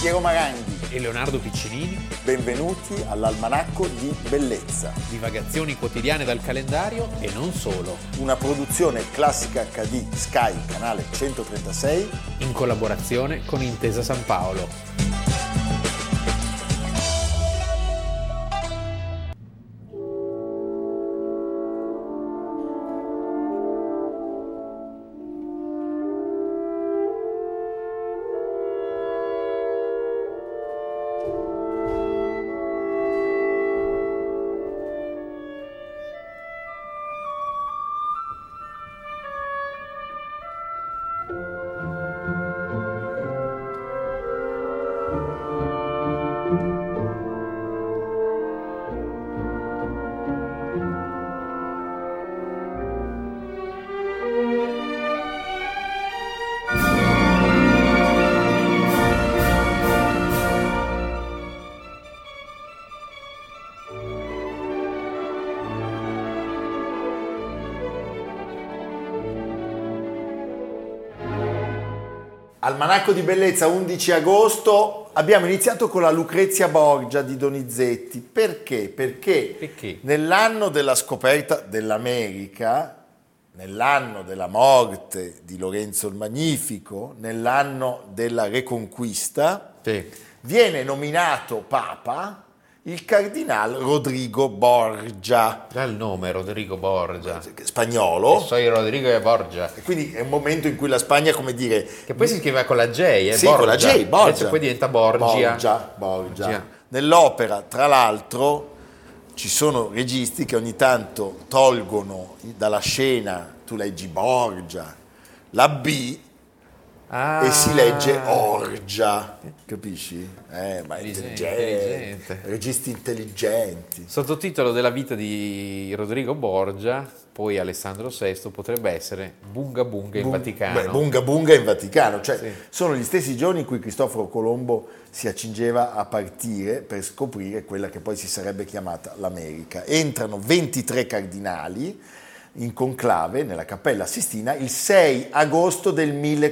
Piero Maranghi e Leonardo Piccinini. Benvenuti all'Almanacco di Bellezza. Divagazioni quotidiane dal calendario e non solo. Una produzione Classica HD Sky, canale 136. In collaborazione con Intesa San Paolo. Almanacco di Bellezza, 11 agosto. Abbiamo iniziato con la Lucrezia Borgia di Donizetti. Perché? Perché nell'anno della scoperta dell'America, nell'anno della morte di Lorenzo il Magnifico, nell'anno della Reconquista, viene nominato Papa il cardinal Rodrigo Borgia. Dal nome Rodrigo Borgia. Spagnolo. Soy Rodrigo Borgia. E quindi è un momento in cui la Spagna, come dire... Che poi si scrive con la J, Sì, Borgia. con la J, Borgia. Invece poi diventa Borgia. Borgia. Nell'opera, tra l'altro, ci sono registi che ogni tanto tolgono dalla scena, tu leggi Borgia, la B, e si legge Orgia, capisci? Ma è intelligente, registi intelligenti. Sottotitolo della vita di Rodrigo Borgia, poi Alessandro VI, potrebbe essere Bunga Bunga in Vaticano. Beh, Bunga Bunga in Vaticano, cioè sì. Sono gli stessi giorni in cui Cristoforo Colombo si accingeva a partire per scoprire quella che poi si sarebbe chiamata l'America. Entrano 23 cardinali in conclave nella Cappella Sistina il 6 agosto del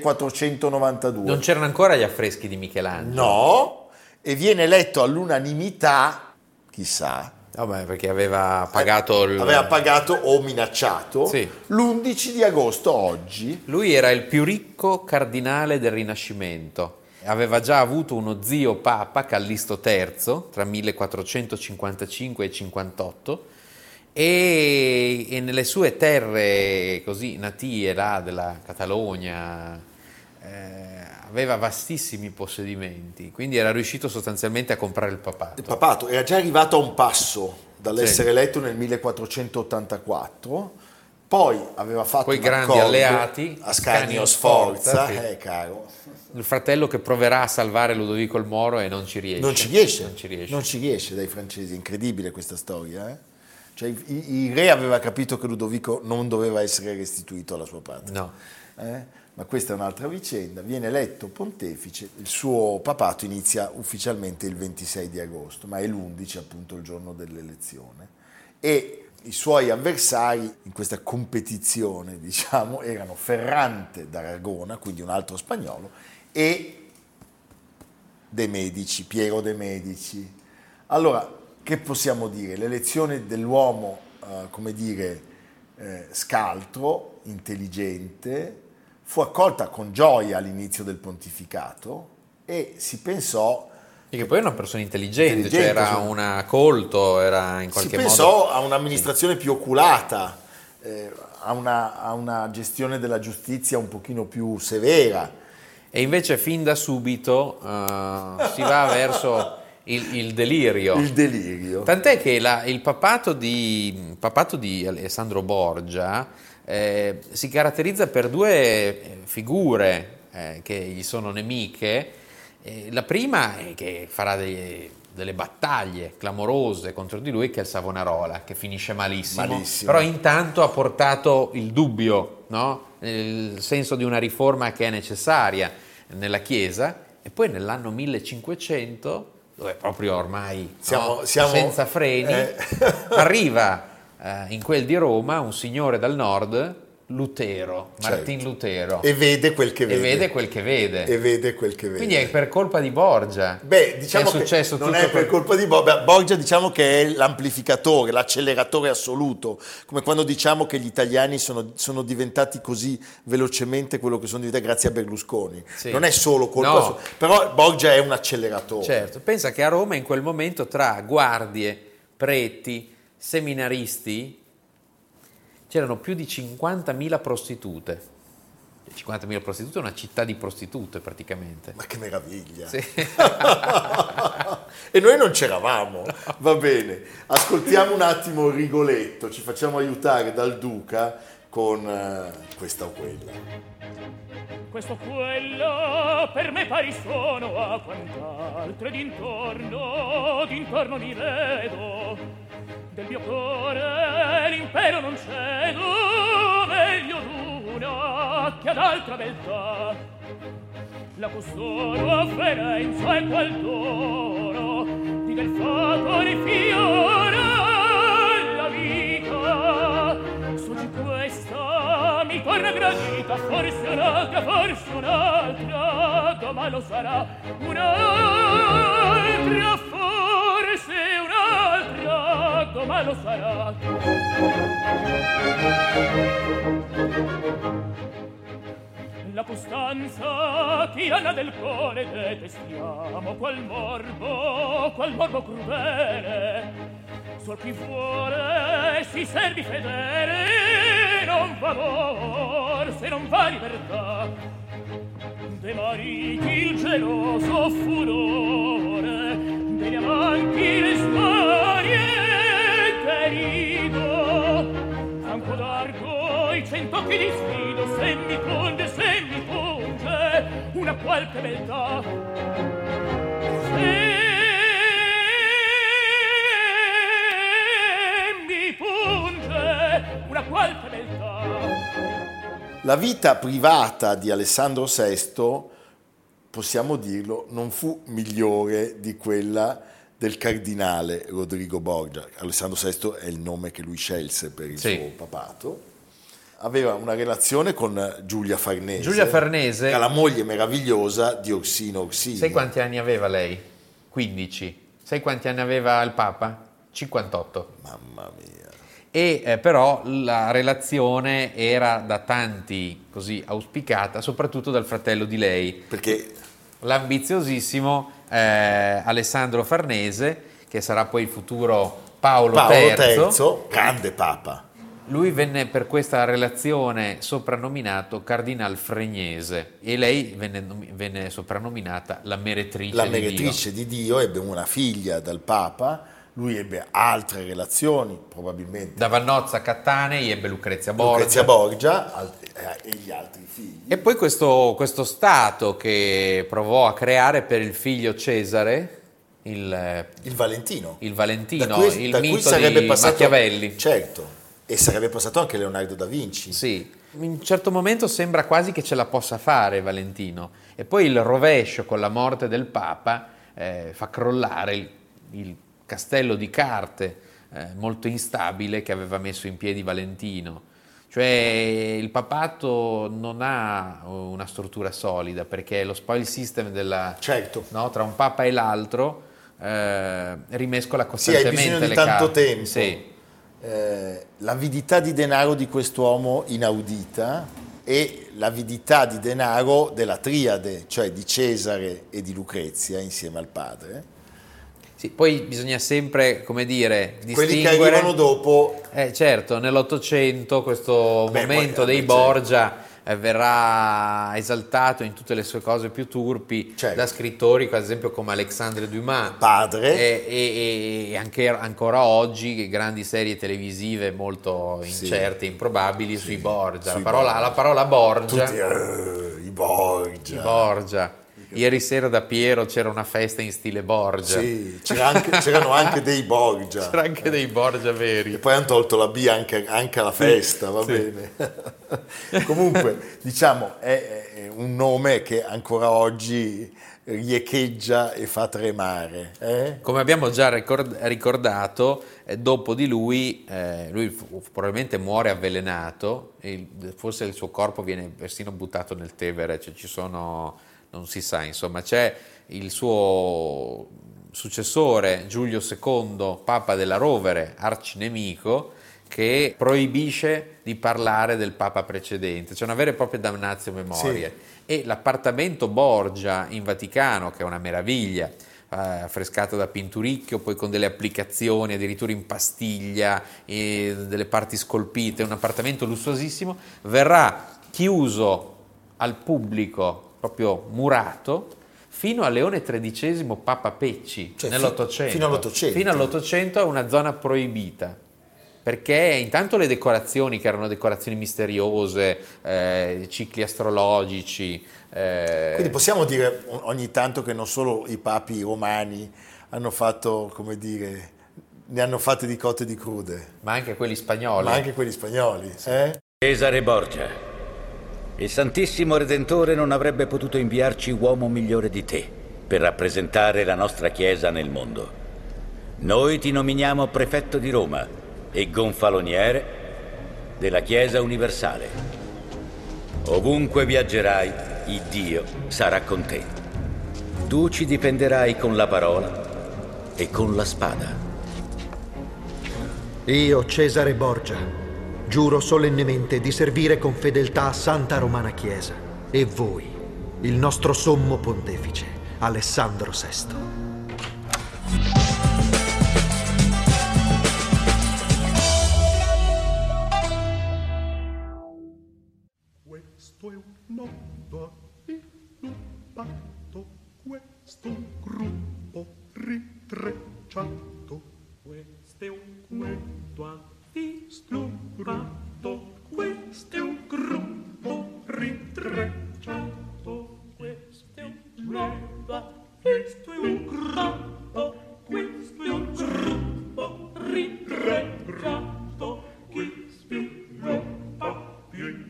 1492. Non c'erano ancora gli affreschi di Michelangelo? No, e viene eletto all'unanimità, chissà. Vabbè, perché aveva pagato aveva pagato o minacciato, sì. L'11 di agosto, oggi. Lui era il più ricco cardinale del Rinascimento. Aveva già avuto uno zio papa, Callisto III, tra 1455 e 58, e nelle sue terre così natie là della Catalogna aveva vastissimi possedimenti, quindi era riuscito sostanzialmente a comprare il papato. Il papato era già arrivato a un passo dall'essere eletto nel 1484, poi aveva fatto quei un grandi accordo alleati, Ascanio Sforza, sì. Caro. Il fratello che proverà a salvare Ludovico il Moro e non ci riesce. Non ci riesce dai francesi, incredibile questa storia, Cioè, il re aveva capito che Ludovico non doveva essere restituito alla sua patria. No. Ma questa è un'altra vicenda. Viene eletto pontefice, il suo papato inizia ufficialmente il 26 di agosto, ma è l'11 appunto il giorno dell'elezione. E i suoi avversari in questa competizione, diciamo, erano Ferrante d'Aragona, quindi un altro spagnolo, e De Medici, Piero De Medici. Allora, che possiamo dire? L'elezione dell'uomo, scaltro, intelligente, fu accolta con gioia all'inizio del pontificato e si pensò... E che poi era una persona intelligente, cioè era una colto, era in qualche modo... Si pensò a un'amministrazione più oculata, a una gestione della giustizia un pochino più severa. E invece fin da subito si va verso... Il delirio. Il delirio. Tant'è che il papato di Alessandro Borgia si caratterizza per due figure che gli sono nemiche. La prima è che farà delle battaglie clamorose contro di lui, che è il Savonarola, che finisce malissimo. Però intanto ha portato il dubbio, no? Nel senso di una riforma che è necessaria nella Chiesa. E poi nell'anno 1500, dove proprio ormai siamo senza freni, arriva in quel di Roma un signore dal nord Lutero, Certo. Martin Lutero. E vede quel che E vede. vede quel che vede. E vede quel che vede. Quindi è per colpa di Borgia. Beh, diciamo è successo che non tutto è per colpa di Borgia. Borgia diciamo che è l'amplificatore, l'acceleratore assoluto, come quando diciamo che gli italiani sono diventati così velocemente quello che sono diventati grazie a Berlusconi. Sì. Non è solo colpa No. sua, però Borgia è un acceleratore. Certo, pensa che a Roma in quel momento tra guardie, preti, seminaristi c'erano più di 50.000 prostitute. 50.000 prostitute è una città di prostitute praticamente. Ma che meraviglia! Sì. E noi non c'eravamo, va bene. Ascoltiamo un attimo Rigoletto, ci facciamo aiutare dal Duca con questa o quella. Questo o quello per me pari sono a quant'altre d'intorno mi vedo. Del mio cuore l'impero non cedo, meglio l'una che ad altra beltà. La custoro a Firenze e qual d'oro, di del fato rifiora la vita. Soggi questa mi torna gradita, forse un'altra, domani lo sarà un'altra, forse un'altra, domani lo sarà. La costanza tiranna del cuore detestiamo, qual morbo crudele. Sol chi vuole si servi fedele, non va amor se non va libertà. De mariti il geloso furore, degli amanti le storie che rido. Franco d'argo i 100 occhi di sfido, se mi punge una qualche beltà. Se mi punge una qualche beltà. La vita privata di Alessandro VI, possiamo dirlo, non fu migliore di quella del cardinale Rodrigo Borgia. Alessandro VI è il nome che lui scelse per il suo papato. Aveva una relazione con Giulia Farnese. Giulia Farnese, che è la moglie meravigliosa di Orsino Orsini. Sai quanti anni aveva lei? 15. Sai quanti anni aveva il Papa? 58. Mamma mia. E però la relazione era da tanti così auspicata, soprattutto dal fratello di lei. Perché L'ambiziosissimo Alessandro Farnese, che sarà poi il futuro Paolo Paolo III. III, grande papa. Lui venne per questa relazione soprannominato Cardinal Fregnese e lei venne soprannominata la meretrice, La meretrice di Dio, ebbe una figlia dal papa, lui ebbe altre relazioni, probabilmente. Da Vannozza a Cattanei ebbe Lucrezia Borgia. Lucrezia Borgia e gli altri figli. E poi questo stato che provò a creare per il figlio Cesare, il Valentino. il Valentino, Da cui il mito sarebbe di passato, Machiavelli. Certo, e sarebbe passato anche Leonardo da Vinci. Sì, in un certo momento sembra quasi che ce la possa fare Valentino. E poi il rovescio con la morte del Papa fa crollare il castello di carte molto instabile che aveva messo in piedi Valentino. Cioè il papato non ha una struttura solida perché lo spoil system Certo. no, tra un papa e l'altro rimescola Sì, costantemente hai bisogno di le tanto carte. tempo. Sì. L'avidità di denaro di quest'uomo inaudita e l'avidità di denaro della triade, cioè di Cesare e di Lucrezia insieme al padre. Sì, poi bisogna sempre, come dire, distinguere. Quelli che arrivano dopo. Certo, nell'Ottocento questo momento poi, dei certo. Borgia verrà esaltato in tutte le sue cose più turpi Certo. da scrittori, ad esempio come Alexandre Dumas, Padre. e anche ancora oggi grandi serie televisive molto incerte, improbabili sui Borgia. sui La parola Borgia. Tutti, i Borgia. I Borgia. Ieri sera da Piero c'era una festa in stile Borgia. Sì, c'erano anche dei Borgia. C'era anche dei Borgia veri. E poi hanno tolto la B anche alla festa, va bene. Comunque, diciamo, è un nome che ancora oggi riecheggia e fa tremare. Come abbiamo già ricordato, dopo di lui, probabilmente muore avvelenato, forse il suo corpo viene persino buttato nel Tevere, cioè ci sono, non si sa, insomma, c'è il suo successore Giulio II, Papa della Rovere, arcinemico, che proibisce di parlare del Papa precedente, c'è una vera e propria damnatio memoriae. Sì. E l'appartamento Borgia in Vaticano, che è una meraviglia, affrescato da Pinturicchio, poi con delle applicazioni addirittura in pastiglia e delle parti scolpite, un appartamento lussuosissimo, verrà chiuso al pubblico, proprio murato, fino a Leone XIII Papa Pecci, cioè nell'Ottocento. Fino all'Ottocento. Fino all'Ottocento è una zona proibita, perché intanto le decorazioni, che erano decorazioni misteriose, cicli astrologici. Quindi possiamo dire ogni tanto che non solo i papi romani hanno fatto, come dire, ne hanno fatte di cotte e di crude. Ma anche quelli spagnoli. Sì. Cesare Borgia, il Santissimo Redentore non avrebbe potuto inviarci uomo migliore di te per rappresentare la nostra Chiesa nel mondo. Noi ti nominiamo prefetto di Roma e gonfaloniere della Chiesa universale. Ovunque viaggerai, il Dio sarà con te. Tu ci difenderai con la parola e con la spada. Io, Cesare Borgia, giuro solennemente di servire con fedeltà Santa Romana Chiesa e voi, il nostro sommo pontefice, Alessandro VI. Questo è un nodo illuminato, questo un gruppo ritrecciato, questo è un gueto disturbato, questo è un gruppo ritrecciato, questo è un gueto, questo è un gruppo, questo è un gruppo ritrecciato, chi sviluppa più.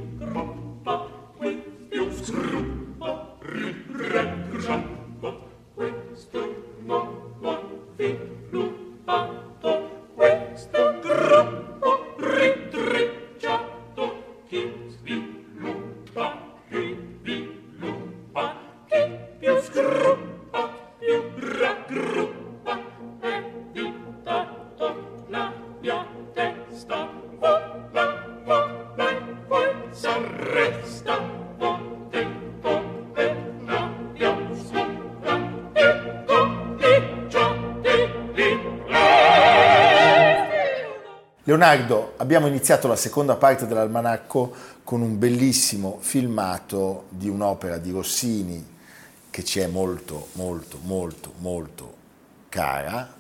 Leonardo, abbiamo iniziato la seconda parte dell'almanacco con un bellissimo filmato di un'opera di Rossini che ci è molto, molto, molto, molto cara.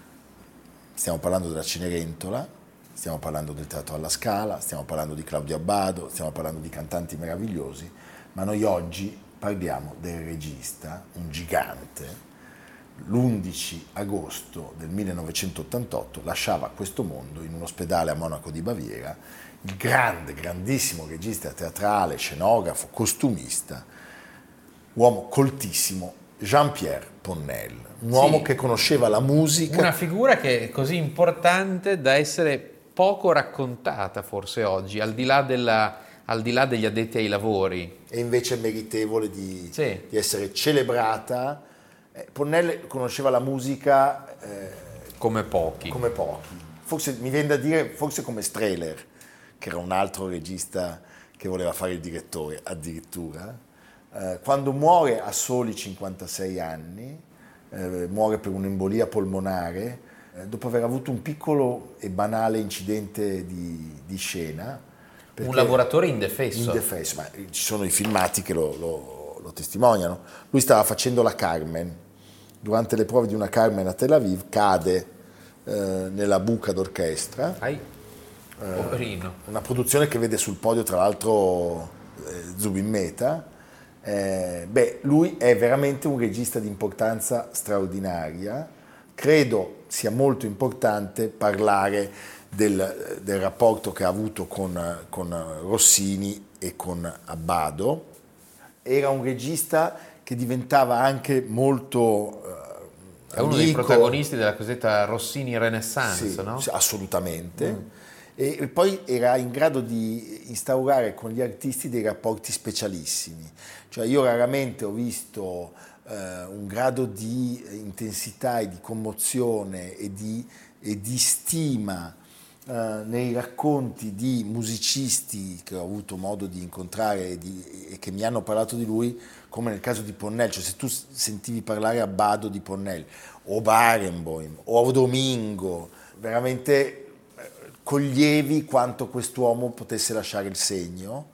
Stiamo parlando della Cenerentola, stiamo parlando del Teatro alla Scala, stiamo parlando di Claudio Abbado, stiamo parlando di cantanti meravigliosi, ma noi oggi parliamo del regista, un gigante. L'11 agosto del 1988 lasciava questo mondo in un ospedale a Monaco di Baviera il grandissimo regista teatrale, scenografo, costumista, uomo coltissimo, Jean-Pierre Ponnelle, un uomo che conosceva la musica. Una figura che è così importante da essere poco raccontata forse oggi, al di là degli addetti ai lavori. E invece meritevole di essere celebrata. Ponnelle conosceva la musica come pochi. Forse mi viene da dire, forse come Strehler, che era un altro regista che voleva fare il direttore addirittura. Quando muore a soli 56 anni, muore per un'embolia polmonare, dopo aver avuto un piccolo e banale incidente di scena. Un lavoratore indefesso, ma ci sono i filmati che lo testimoniano. Lui stava facendo la Carmen. Durante le prove di una Carmen a Tel Aviv cade nella buca d'orchestra. Poverino. Una produzione che vede sul podio tra l'altro Zubin Mehta. Lui è veramente un regista di importanza straordinaria. Credo sia molto importante parlare del rapporto che ha avuto con Rossini e con Abbado. Era un regista che diventava anche molto è uno dei protagonisti della cosiddetta Rossini Renaissance, sì, no? Sì, assolutamente. E poi era in grado di instaurare con gli artisti dei rapporti specialissimi. Cioè io raramente ho visto un grado di intensità e di commozione e di stima nei racconti di musicisti che ho avuto modo di incontrare e che mi hanno parlato di lui, come nel caso di Ponnell. Cioè se tu sentivi parlare a Bado di Ponnell o Barenboim o Domingo, veramente coglievi quanto quest'uomo potesse lasciare il segno.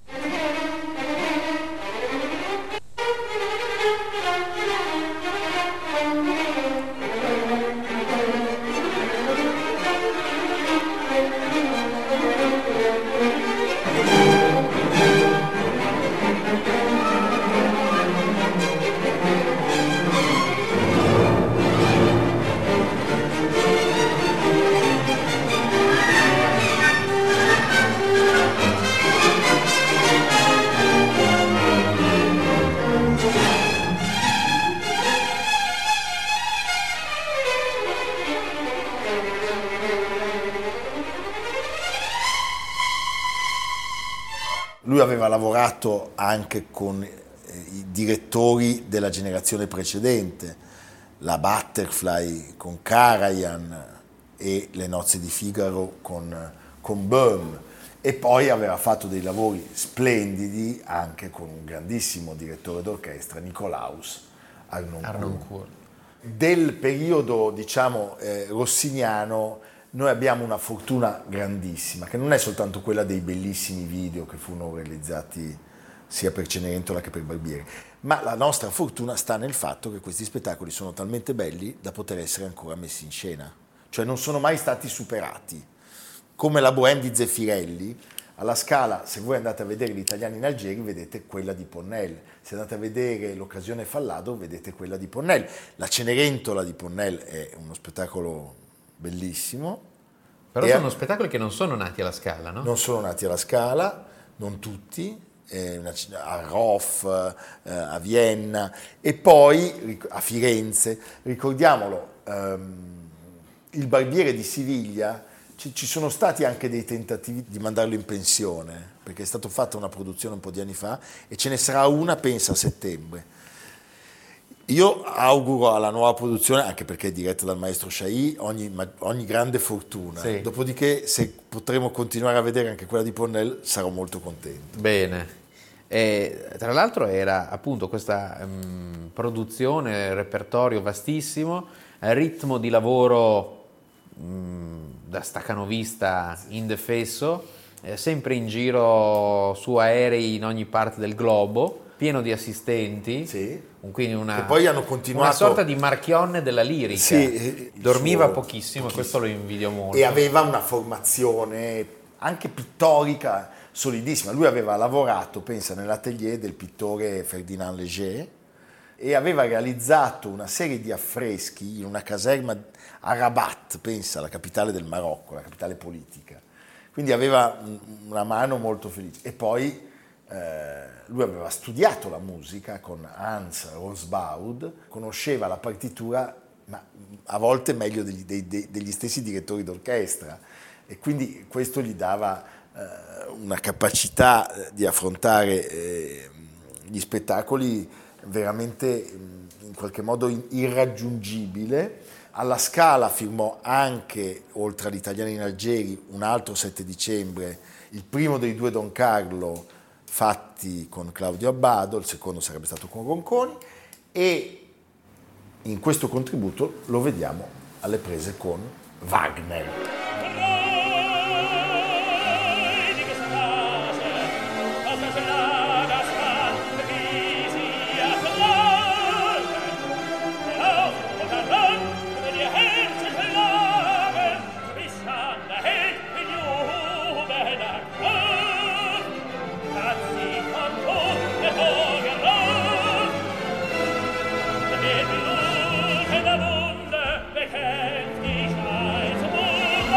Lui aveva lavorato anche con i direttori della generazione precedente, la Butterfly con Karajan e le Nozze di Figaro con Böhm, e poi aveva fatto dei lavori splendidi anche con un grandissimo direttore d'orchestra, Nikolaus Harnoncourt. Del periodo, diciamo, rossiniano, noi abbiamo una fortuna grandissima, che non è soltanto quella dei bellissimi video che furono realizzati sia per Cenerentola che per Barbieri, ma la nostra fortuna sta nel fatto che questi spettacoli sono talmente belli da poter essere ancora messi in scena, cioè non sono mai stati superati. Come la Bohème di Zeffirelli, alla Scala, se voi andate a vedere Gli Italiani in Algeri, vedete quella di Ponnell, se andate a vedere L'Occasione Fallado, vedete quella di Ponnell. La Cenerentola di Ponnell è uno spettacolo bellissimo. Però sono spettacoli che non sono nati alla Scala, no? Non sono nati alla Scala, non tutti, a Roff, a Vienna e poi a Firenze. Ricordiamolo, il Barbiere di Siviglia, ci sono stati anche dei tentativi di mandarlo in pensione, perché è stata fatta una produzione un po' di anni fa e ce ne sarà una, pensa, a settembre. Io auguro alla nuova produzione, anche perché è diretta dal maestro Chailly, ogni grande fortuna. Sì. Dopodiché, se potremo continuare a vedere anche quella di Ponnell, sarò molto contento. Bene. Tra l'altro era appunto questa produzione, repertorio vastissimo, ritmo di lavoro da staccanovista indefesso, sempre in giro su aerei in ogni parte del globo, pieno di assistenti, sì. Quindi che poi hanno continuato... una sorta di Marchionne della lirica. Sì, dormiva pochissimo, questo lo invidio molto. E aveva una formazione anche pittorica solidissima. Lui aveva lavorato, pensa, nell'atelier del pittore Ferdinand Léger e aveva realizzato una serie di affreschi in una caserma a Rabat, pensa, la capitale del Marocco, la capitale politica. Quindi aveva una mano molto felice. E poi lui aveva studiato la musica con Hans Rosbaud, conosceva la partitura, ma a volte meglio degli stessi direttori d'orchestra, e quindi questo gli dava una capacità di affrontare gli spettacoli veramente in qualche modo irraggiungibile. Alla Scala firmò anche, oltre agli Italiani in Algeri, un altro 7 dicembre, il primo dei due Don Carlo fatti con Claudio Abbado, il secondo sarebbe stato con Ronconi, e in questo contributo lo vediamo alle prese con Wagner. Bekennt die Scheiße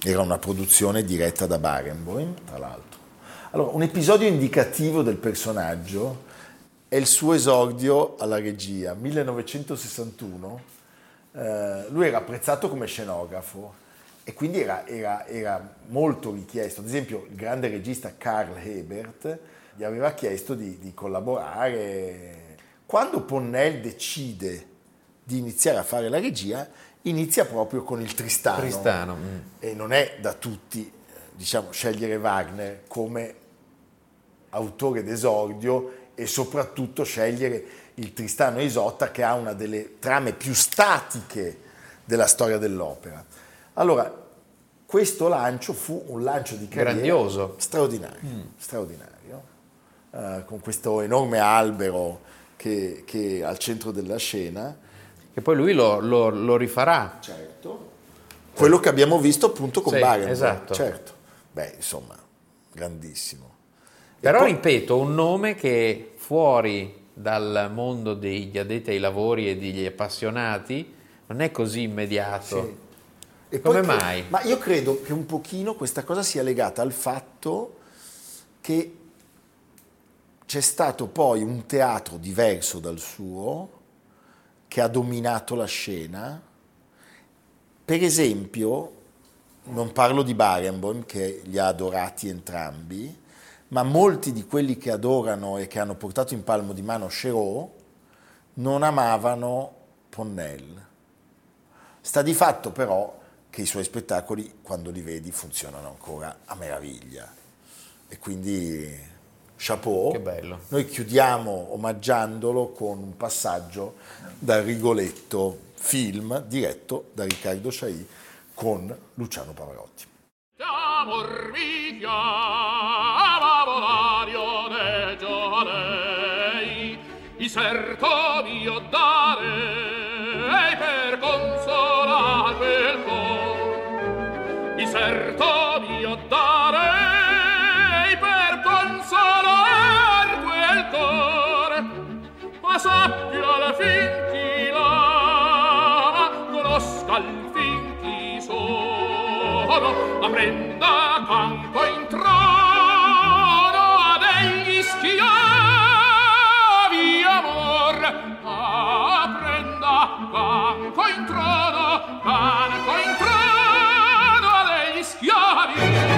Era una produzione diretta da Barenboim, tra l'altro. Allora, un episodio indicativo del personaggio è il suo esordio alla regia. 1961, lui era apprezzato come scenografo e quindi era molto richiesto. Ad esempio, il grande regista Karl Hebert gli aveva chiesto di collaborare. Quando Ponnelle decide di iniziare a fare la regia, inizia proprio con il Tristano. E non è da tutti, diciamo, scegliere Wagner come autore d'esordio e soprattutto scegliere il Tristano e Isotta, che ha una delle trame più statiche della storia dell'opera. Allora, questo lancio fu un lancio di carriera grandioso, straordinario, con questo enorme albero che al centro della scena. E poi lui lo rifarà. Certo. Quello che abbiamo visto appunto con Barenboim. Esatto. Certo. Beh, insomma, grandissimo. Però poi, ripeto, un nome che fuori dal mondo degli addetti ai lavori e degli appassionati non è così immediato. Sì. E Come poi mai? Ma io credo che un pochino questa cosa sia legata al fatto che c'è stato poi un teatro diverso dal suo che ha dominato la scena. Per esempio, non parlo di Barenboim, che li ha adorati entrambi, ma molti di quelli che adorano e che hanno portato in palmo di mano Chéreau non amavano Ponnelle. Sta di fatto però che i suoi spettacoli, quando li vedi, funzionano ancora a meraviglia. E quindi chapeau. Che bello. Noi chiudiamo omaggiandolo con un passaggio dal Rigoletto, film diretto da Riccardo Chailly con Luciano Pavarotti. Amor mio, amavo l'ario de Giolei, i cerco mio darei per consolar quel cor, i cerco mio darei per consolar quel cor, ma sappia al fin chi l'ama, conosca al fin chi sono, la prenda campo in trono degli schiavi amor, prenda campo in trono degli schiavi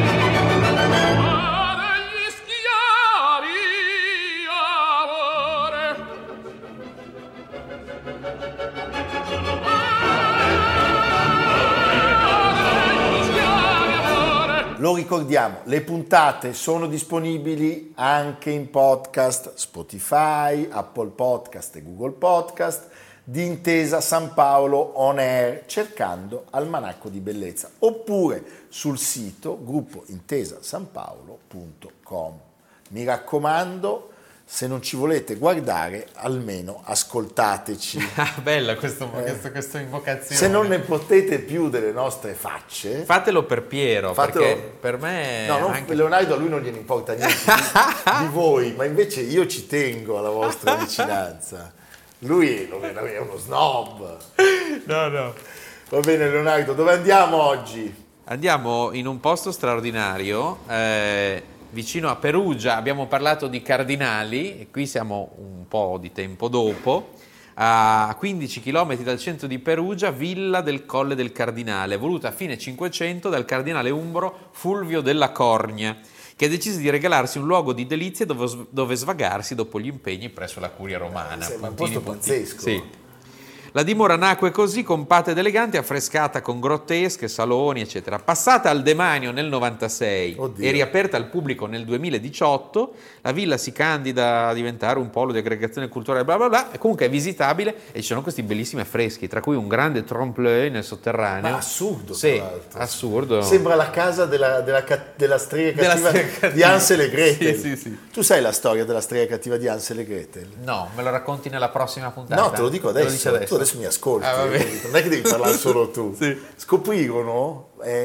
Lo ricordiamo, le puntate sono disponibili anche in podcast Spotify, Apple Podcast e Google Podcast di Intesa San Paolo On Air, cercando Almanacco di Bellezza, oppure sul sito gruppointesasanpaolo.com. Mi raccomando, se non ci volete guardare, almeno ascoltateci. Bella questa invocazione. Se non ne potete più delle nostre facce, fatelo per Piero, perché per me no, anche... Leonardo, a lui non gliene importa niente di voi, ma invece io ci tengo alla vostra vicinanza. Lui è uno snob. No. Va bene Leonardo, dove andiamo oggi? Andiamo in un posto straordinario, vicino a Perugia. Abbiamo parlato di cardinali e qui siamo un po' di tempo dopo. A 15 km dal centro di Perugia, Villa del Colle del Cardinale, voluta a fine 500 dal cardinale umbro Fulvio della Corgna, che decise di regalarsi un luogo di delizie dove svagarsi dopo gli impegni presso la curia romana. Sembra un posto pazzesco. Sì. La dimora nacque così, compatta ed elegante, affrescata con grottesche, saloni, eccetera. Passata al demanio nel 96 e riaperta al pubblico nel 2018, la villa si candida a diventare un polo di aggregazione culturale, bla bla bla, e comunque è visitabile e ci sono questi bellissimi affreschi, tra cui un grande trompe-l'œil nel sotterraneo. Ma assurdo, sì, tra l'altro. Assurdo. Sembra la casa della strega cattiva di Hansel e Gretel. Sì. Tu sai la storia della strega cattiva di Hansel e Gretel? No, me lo racconti nella prossima puntata? No, te lo dico adesso. Tu adesso mi ascolti, non è che devi parlare solo tu. Sì. Scoprirono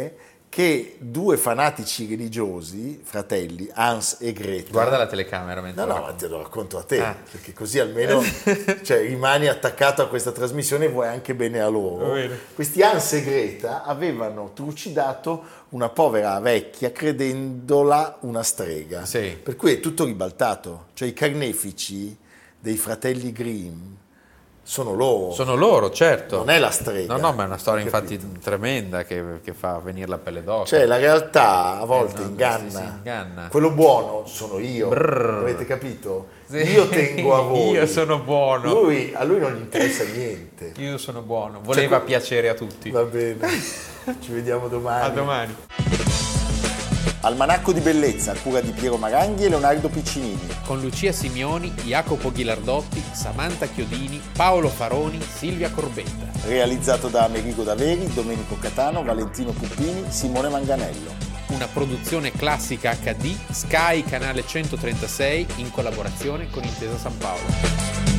che due fanatici religiosi, fratelli, Hans e Greta... Guarda la telecamera mentre No, ma te lo racconto a te, perché così almeno rimani attaccato a questa trasmissione e vuoi anche bene a loro. Questi Hans e Greta avevano trucidato una povera vecchia credendola una strega. Sì. Per cui è tutto ribaltato. Cioè i carnefici dei fratelli Grimm sono loro. Sono loro, certo. Non è la strega. No, ma è una storia infatti capito? tremenda che fa venire la pelle d'oca. Cioè la realtà a volte no, inganna. sì, inganna. Quello buono sono io. Avete capito? Sì. Io tengo a voi. Io sono buono. A lui non gli interessa niente. Io sono buono. Voleva piacere a tutti. Va bene. Ci vediamo domani. A domani. Almanacco di bellezza a cura di Piero Maranghi e Leonardo Piccinini. Con Lucia Simioni, Jacopo Ghilardotti, Samantha Chiodini, Paolo Faroni, Silvia Corbetta. Realizzato da Amerigo Daveri, Domenico Catano, Valentino Puppini, Simone Manganello. Una produzione classica HD, Sky Canale 136 in collaborazione con Intesa San Paolo.